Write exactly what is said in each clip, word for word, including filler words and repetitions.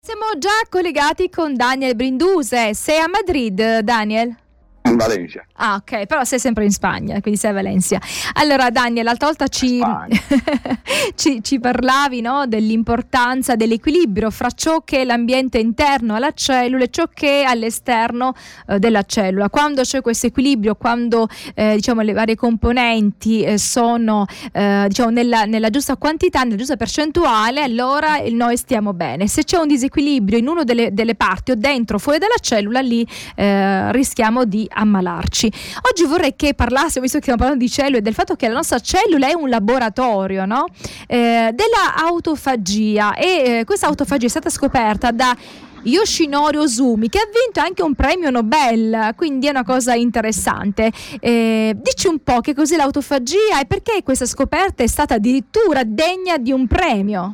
Siamo già collegati con Daniel Brinduse. Sei a Madrid, Daniel? In Valencia. Ah, ok, però sei sempre in Spagna, quindi sei a Valencia. Allora, Daniel, l'altra volta ci, ci, ci parlavi, no, dell'importanza dell'equilibrio fra ciò che è l'ambiente interno alla cellula e ciò che è all'esterno eh, della cellula. Quando c'è questo equilibrio, quando eh, diciamo le varie componenti eh, sono eh, diciamo nella, nella giusta quantità, nella giusta percentuale, allora noi stiamo bene. Se c'è un disequilibrio in una delle, delle parti o dentro o fuori dalla cellula, lì eh, rischiamo di ammalarci. Oggi vorrei che parlassimo, visto che stiamo parlando di cellule, del fatto che la nostra cellula è un laboratorio, no? Eh, della autofagia, e eh, questa autofagia è stata scoperta da Yoshinori Ozumi, che ha vinto anche un premio Nobel, quindi è una cosa interessante. Eh, dici un po' che cos'è l'autofagia e perché questa scoperta è stata addirittura degna di un premio?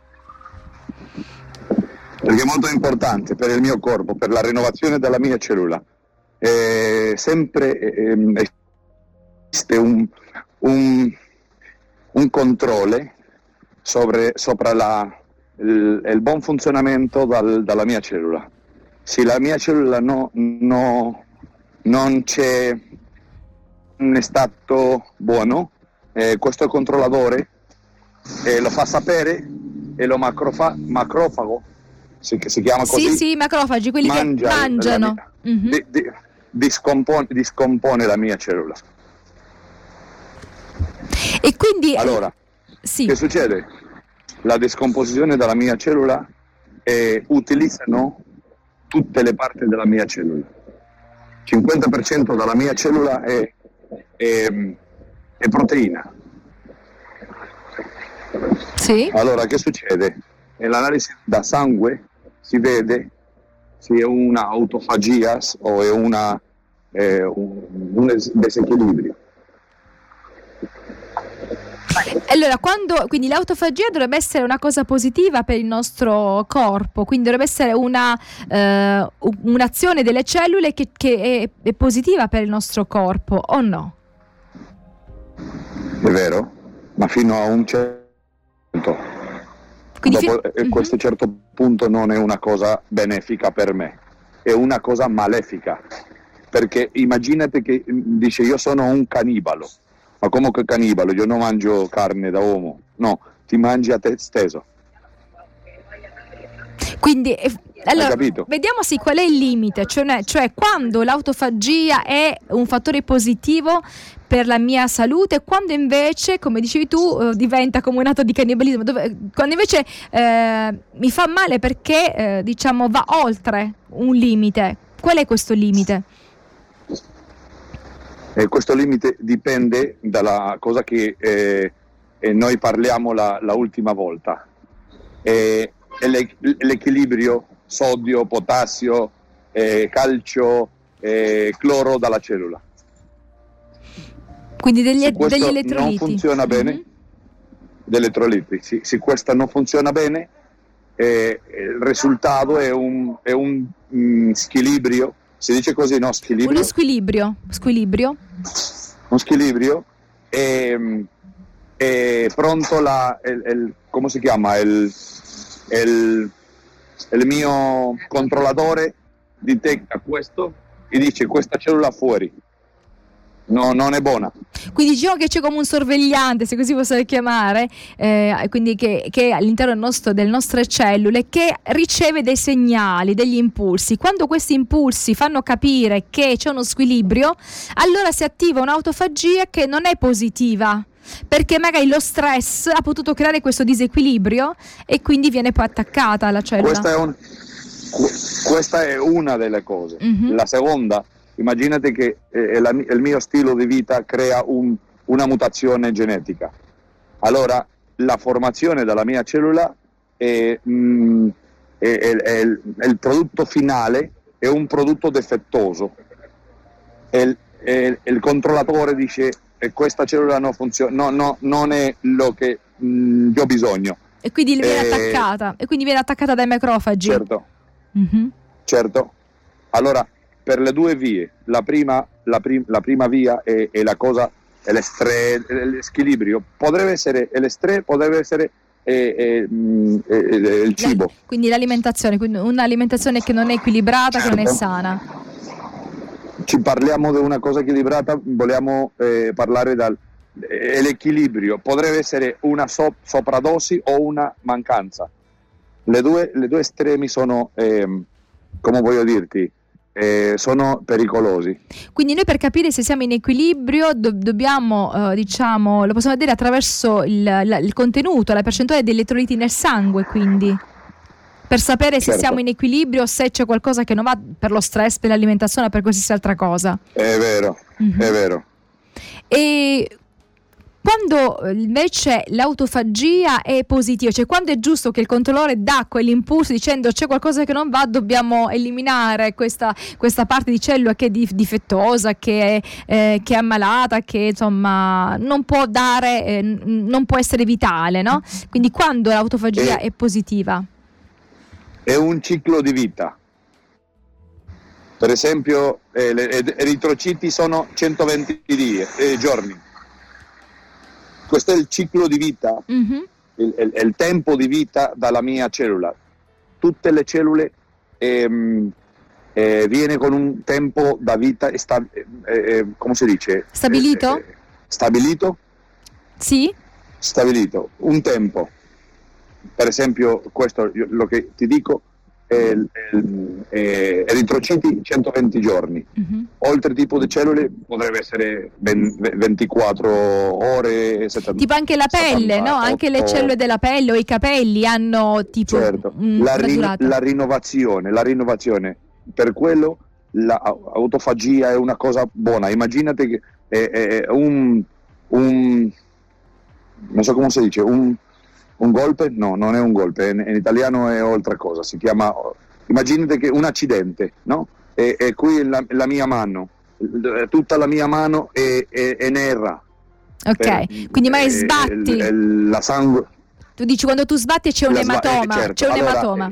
Perché è molto importante per il mio corpo, per la rinnovazione della mia cellula. Eh, sempre eh, esiste un, un, un controllo sobre, sopra la, il, il buon funzionamento dal, dalla mia cellula. Se la mia cellula no, no, non c'è in stato buono, eh, questo controllatore eh, lo fa sapere e lo macrofa, macrofago, si, si chiama così. Sì, sì, macrofagi, quelli mangia che mangiano. Mia, mm-hmm. di, di, Discompone, discompone la mia cellula. E quindi allora sì. Che succede? La discomposizione della mia cellula eh, utilizzano tutte le parti della mia cellula. cinquanta per cento della mia cellula è, è, è proteina. Sì. Allora che succede? Nell'analisi da sangue si vede se è una autofagia o è una, eh, un, un disequilibrio. Allora, quando, quindi l'autofagia dovrebbe essere una cosa positiva per il nostro corpo, quindi dovrebbe essere una, eh, un'azione delle cellule che, che è, è positiva per il nostro corpo, o no? È vero, ma fino a un certo punto. Quindi Dopo fi- uh-huh. questo certo punto non è una cosa benefica per me, è una cosa malefica, perché immaginate che dice io sono un cannibalo, ma come che cannibalo? Io non mangio carne da uomo, no, ti mangi a te stesso. Quindi eh, allora, vediamo sì qual è il limite, cioè, cioè quando l'autofagia è un fattore positivo per la mia salute, quando invece, come dicevi tu, eh, diventa come un atto di cannibalismo, dove, quando invece eh, mi fa male perché eh, diciamo va oltre un limite. Qual è questo limite? E questo limite dipende dalla cosa che eh, eh, noi parliamo la, la ultima volta. Eh, è l'equilibrio sodio, potassio, eh, calcio, eh, cloro dalla cellula. Quindi degli, se questo degli elettroliti non funziona bene, mm-hmm. degli elettroliti, sì, se questo non funziona bene, eh, il risultato è un, è un mm, squilibrio, si dice così, no? Squilibrio. Uno squilibrio, squilibrio. Un squilibrio e, e pronto la, il, il, come si chiama, il, il, il mio controllatore detecta questo e dice questa cellula fuori. No, non è buona. Quindi diciamo che c'è come un sorvegliante, se così possiamo chiamare, eh, quindi che, che all'interno del nostro, delle nostre cellule, che riceve dei segnali, degli impulsi. Quando questi impulsi fanno capire che c'è uno squilibrio, allora si attiva un'autofagia che non è positiva, perché magari lo stress ha potuto creare questo disequilibrio e quindi viene poi attaccata la cellula. Questa è, un, questa è una delle cose. Mm-hmm. La seconda, immaginate che eh, la, il mio stile di vita crea un, una mutazione genetica. Allora la formazione della mia cellula è, mh, è, è, è, il, è il prodotto finale, è un prodotto difettoso. E il, il controllatore dice che questa cellula non funziona, no, no, non è lo che mh, io ho bisogno. E quindi viene e... attaccata, e quindi viene attaccata dai macrofagi. Certo, mm-hmm. certo. Allora per le due vie, la prima, la prim, la prima via è, è la cosa, è l'estre, l'equilibrio, potrebbe essere l'estre, potrebbe essere e, e, e, e il cibo. La, quindi l'alimentazione, quindi un'alimentazione che non è equilibrata, certo, che non è sana. Ci parliamo di una cosa equilibrata, vogliamo eh, parlare dell'equilibrio. Potrebbe essere una so, sopradosi o una mancanza. Le due, le due estremi sono, eh, come voglio dirti, eh, sono pericolosi. Quindi noi, per capire se siamo in equilibrio, do- dobbiamo, eh, diciamo, lo possiamo vedere attraverso il, la, il contenuto, la percentuale di elettroliti nel sangue, quindi per sapere se certo. siamo in equilibrio, se c'è qualcosa che non va, per lo stress, per l'alimentazione o per qualsiasi altra cosa. È vero, mm-hmm. è vero. E quando invece l'autofagia è positiva, cioè quando è giusto che il controllore dà quell'impulso dicendo c'è qualcosa che non va, dobbiamo eliminare questa, questa parte di cellula che è difettosa, che è, eh, che è ammalata, che insomma non può dare, eh, non può essere vitale, no? Quindi quando l'autofagia è, è positiva? È un ciclo di vita. Per esempio eh, le eritrociti sono centoventi die, eh, giorni. Questo è il ciclo di vita, mm-hmm. il, il, il tempo di vita dalla mia cellula. Tutte le cellule ehm, eh, viene con un tempo da vita, sta, eh, come si dice? Stabilito? Eh, eh, stabilito? Sì. Stabilito, un tempo. Per esempio, questo lo che ti dico, è, è, eritrociti centoventi giorni. Mm-hmm. Oltre tipo di cellule potrebbe essere ventiquattro ore, settanta, tipo anche la pelle, settanta, no? Anche le cellule della pelle o i capelli hanno tipo certo. mh, la, rin- la rinnovazione, la rinnovazione. Per quello l'autofagia è una cosa buona. Immaginate che è, è un, un non so come si dice, un Un golpe? No, non è un golpe, in, in italiano è altra cosa, si chiama, immaginate che un accidente, no? E, e qui la, la mia mano, tutta la mia mano è, è, è nera. Ok, per, quindi mai sbatti. È, è la sangue. Tu dici quando tu sbatti c'è un la ematoma, sba- eh, certo. c'è un allora, ematoma.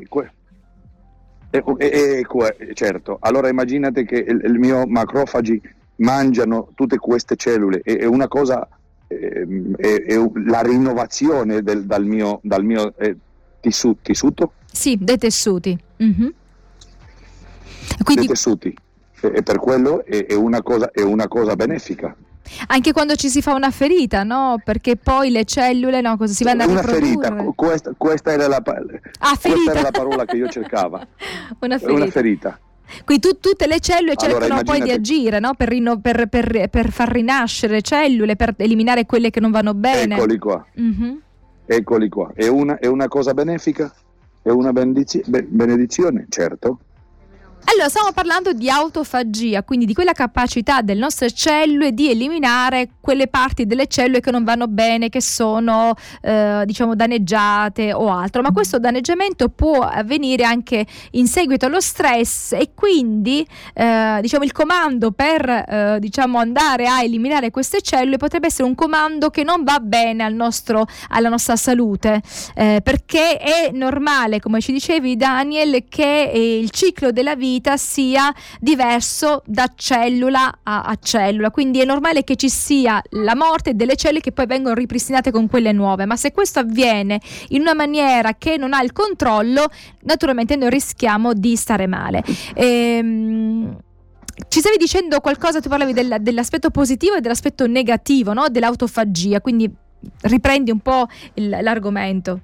È, è, è, è, certo, allora immaginate che il, il mio macrofagi mangiano tutte queste cellule, è, è una cosa... È, è la rinnovazione del, dal mio, dal mio eh, tissuto, tessuto? Sì, dei tessuti. Mm-hmm. Quindi... dei tessuti. E, e per quello è, è, una cosa, è una cosa benefica. Anche quando ci si fa una ferita, no? Perché poi le cellule, no? Cosa si vanno a riprodurre? Una ferita, questa, questa, era la, ah, questa era la parola che io cercavo. Una ferita. Una ferita. Quindi tu, tutte le cellule cercano allora, poi di agire, no? per, rino, per, per, per far rinascere cellule, per eliminare quelle che non vanno bene. Eccoli qua. Mm-hmm. Eccoli qua. È una, è una cosa benefica? È una benediz- benedizione? Certo. Allora, stiamo parlando di autofagia, quindi di quella capacità delle nostre cellule di eliminare quelle parti delle cellule che non vanno bene, che sono eh, diciamo danneggiate o altro. Ma questo danneggiamento può avvenire anche in seguito allo stress e quindi eh, diciamo il comando per eh, diciamo andare a eliminare queste cellule potrebbe essere un comando che non va bene al nostro, alla nostra salute, eh, perché è normale, come ci dicevi Daniel, che eh, il ciclo della vita sia diverso da cellula a, a cellula, quindi è normale che ci sia la morte delle cellule che poi vengono ripristinate con quelle nuove, ma se questo avviene in una maniera che non ha il controllo, naturalmente noi rischiamo di stare male. Ehm, ci stavi dicendo qualcosa, tu parlavi del, dell'aspetto positivo e dell'aspetto negativo, no? Dell'autofagia, quindi riprendi un po' il, l'argomento.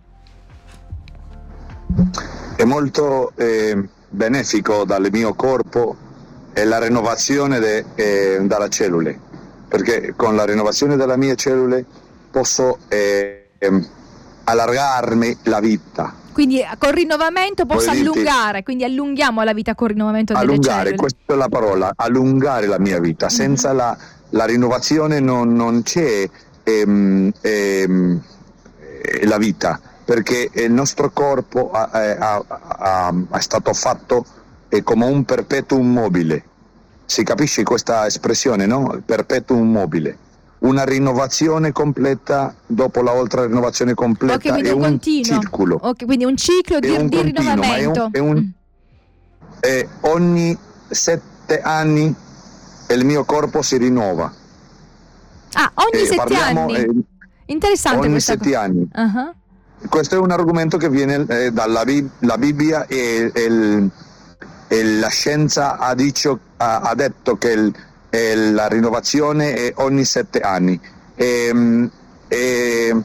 È molto eh... benefico dal mio corpo è la rinnovazione de, eh, dalla cellule, perché con la rinnovazione delle mie cellule posso eh, eh, allargarmi la vita. Quindi col rinnovamento posso Vuoi allungare, dirti, quindi allunghiamo la vita col rinnovamento delle allungare, cellule. Questa è la parola, allungare la mia vita. Mm-hmm. Senza la, la rinnovazione non, non c'è ehm, ehm, la vita, perché il nostro corpo è stato fatto come un perpetuum mobile. Si capisce questa espressione, no? Perpetuum mobile. Una rinnovazione completa dopo la altra rinnovazione completa. Okay, quindi è un, un continuo. circolo. Okay, quindi un ciclo di, un di continuo, rinnovamento. È un, è un, è ogni sette anni il mio corpo si rinnova. Ah, ogni eh, sette parliamo, anni? Eh, Interessante ogni questa sette cosa. anni. Uh-huh. questo è un argomento che viene eh, dalla Bib- la Bibbia e, e, il, e la scienza ha, dicio, ha, ha detto che il, e la rinnovazione è ogni sette anni. E, e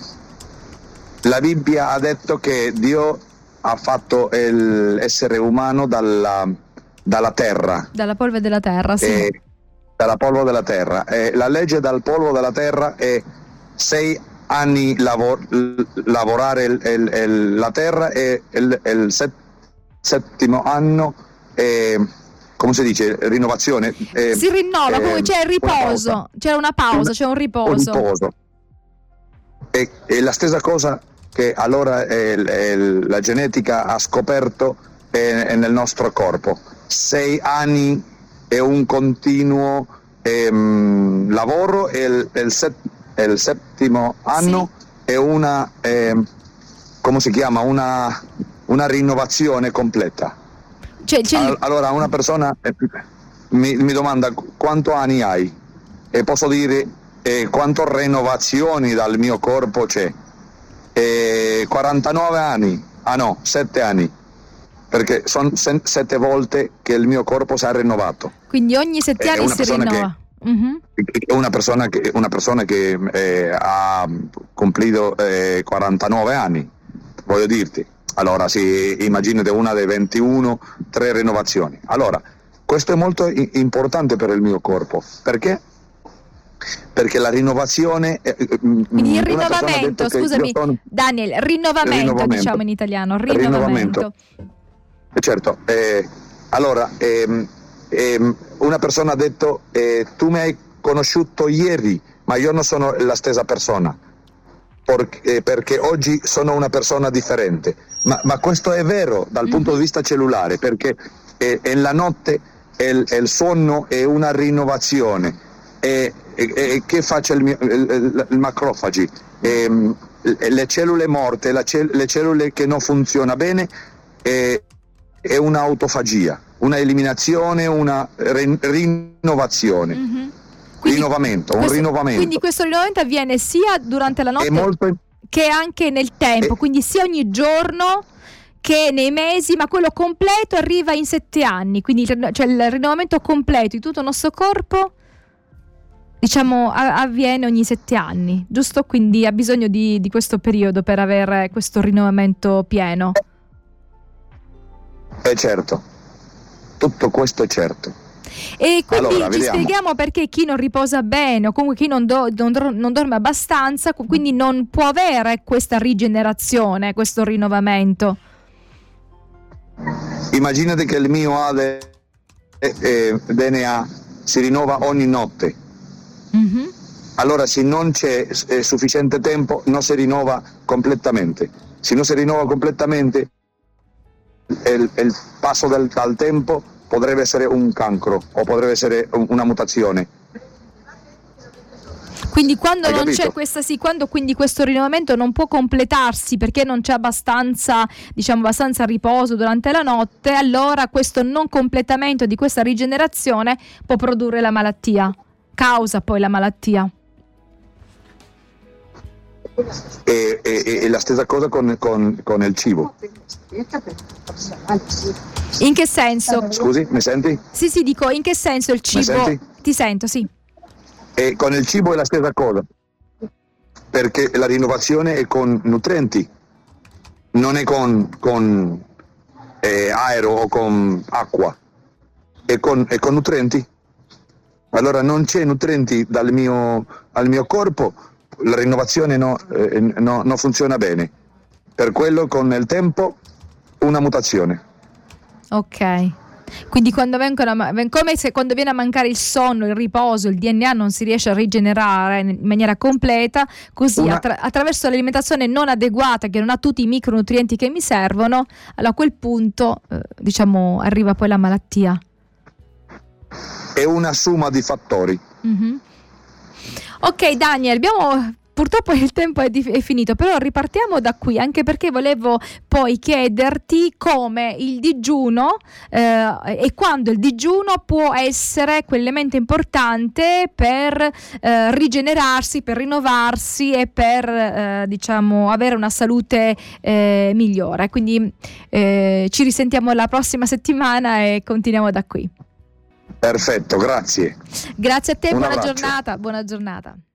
la Bibbia ha detto che Dio ha fatto l'essere umano dalla, dalla terra. Dalla polvere della terra, sì. E, dalla polvere della terra. E la legge dal polvo della terra è sei anni lavor, lavorare il, il, il, la terra e il, il set, settimo anno è, come si dice, rinnovazione. È, si rinnova, è, come c'è il riposo, c'è una pausa, c'è un riposo. Un riposo. E, e la stessa cosa che allora è, è, la genetica ha scoperto è, è nel nostro corpo. Sei anni è un continuo ehm, lavoro e il, il, set, il settimo anno sì. È una, eh, come si chiama, una, una rinnovazione completa. C'è, c'è... All, allora una persona eh, mi, mi domanda quanto anni hai e posso dire eh, quante rinnovazioni dal mio corpo c'è. Eh, quarantanove anni, ah no, sette anni, perché sono se- sette volte che il mio corpo si è rinnovato. Quindi ogni sette eh, anni si rinnova. Che, mm-hmm. Una persona che, una persona che eh, ha compiuto eh, quarantanove anni, voglio dirti. Allora, sì, immaginate una dei ventuno, tre rinnovazioni. Allora, questo è molto i- importante per il mio corpo, perché? Perché la rinnovazione eh, quindi il rinnovamento, scusami sono... Daniel, rinnovamento, rinnovamento diciamo in italiano, rinnovamento, rinnovamento. Certo, eh, allora eh, eh, una persona ha detto eh, tu mi hai conosciuto ieri ma io non sono la stessa persona perché, eh, perché oggi sono una persona differente, ma, ma questo è vero dal mm-hmm. punto di vista cellulare, perché eh, nella notte il, il sonno è una rinnovazione. E, e, e che faccia il, il, il, il macrofagi, e, le cellule morte, la cell- le cellule che non funzionano bene, è, è un'autofagia, una eliminazione, una rin- rinnovazione, mm-hmm. quindi, rinnovamento, questo, un rinnovamento. Quindi questo rinnovamento avviene sia durante la notte molto... che anche nel tempo, e... quindi sia ogni giorno che nei mesi, ma quello completo arriva in sette anni, quindi cioè il rinnovamento completo di tutto il nostro corpo, diciamo, avviene ogni sette anni, giusto? Quindi ha bisogno di, di questo periodo per avere questo rinnovamento pieno. Eh certo, tutto questo è certo. E quindi allora, ci vediamo. Spieghiamo perché chi non riposa bene o comunque chi non, do, non, non dorme abbastanza, quindi non può avere questa rigenerazione, questo rinnovamento. Immaginate che il mio A D N A si rinnova ogni notte. Mm-hmm. Allora se non c'è eh, sufficiente tempo non si rinnova completamente. Se non si rinnova completamente il, il passo del, dal tempo potrebbe essere un cancro o potrebbe essere un, una mutazione. Quindi quando Hai non capito? C'è questa sì, quando quindi questo rinnovamento non può completarsi perché non c'è abbastanza, diciamo, abbastanza riposo durante la notte, allora questo non completamento di questa rigenerazione può produrre la malattia. Causa poi la malattia. E, e, e la stessa cosa con, con, con il cibo. In che senso? Scusi, mi senti? Sì, sì, dico, in che senso il cibo? Ti sento, sì. E con il cibo è la stessa cosa, perché la rinnovazione è con nutrienti, non è con, con eh, aereo o con acqua, è con, è con nutrienti. Allora non c'è nutrienti dal mio, al mio corpo, la rinnovazione no, eh, no, non funziona bene. Per quello con il tempo una mutazione. Ok. Quindi quando vengono a, come se quando viene a mancare il sonno, il riposo, il D N A non si riesce a rigenerare in maniera completa, così una... attra- attraverso l'alimentazione non adeguata che non ha tutti i micronutrienti che mi servono, allora a quel punto eh, diciamo arriva poi la malattia. È una somma di fattori. Mm-hmm. Ok Daniel, abbiamo purtroppo il tempo è, di- è finito, però ripartiamo da qui, anche perché volevo poi chiederti come il digiuno eh, e quando il digiuno può essere quell'elemento importante per eh, rigenerarsi, per rinnovarsi e per eh, diciamo avere una salute eh, migliore. Quindi eh, ci risentiamo la prossima settimana e continuiamo da qui. Perfetto, grazie. Grazie a te, Un buona abbraccio. giornata, buona giornata.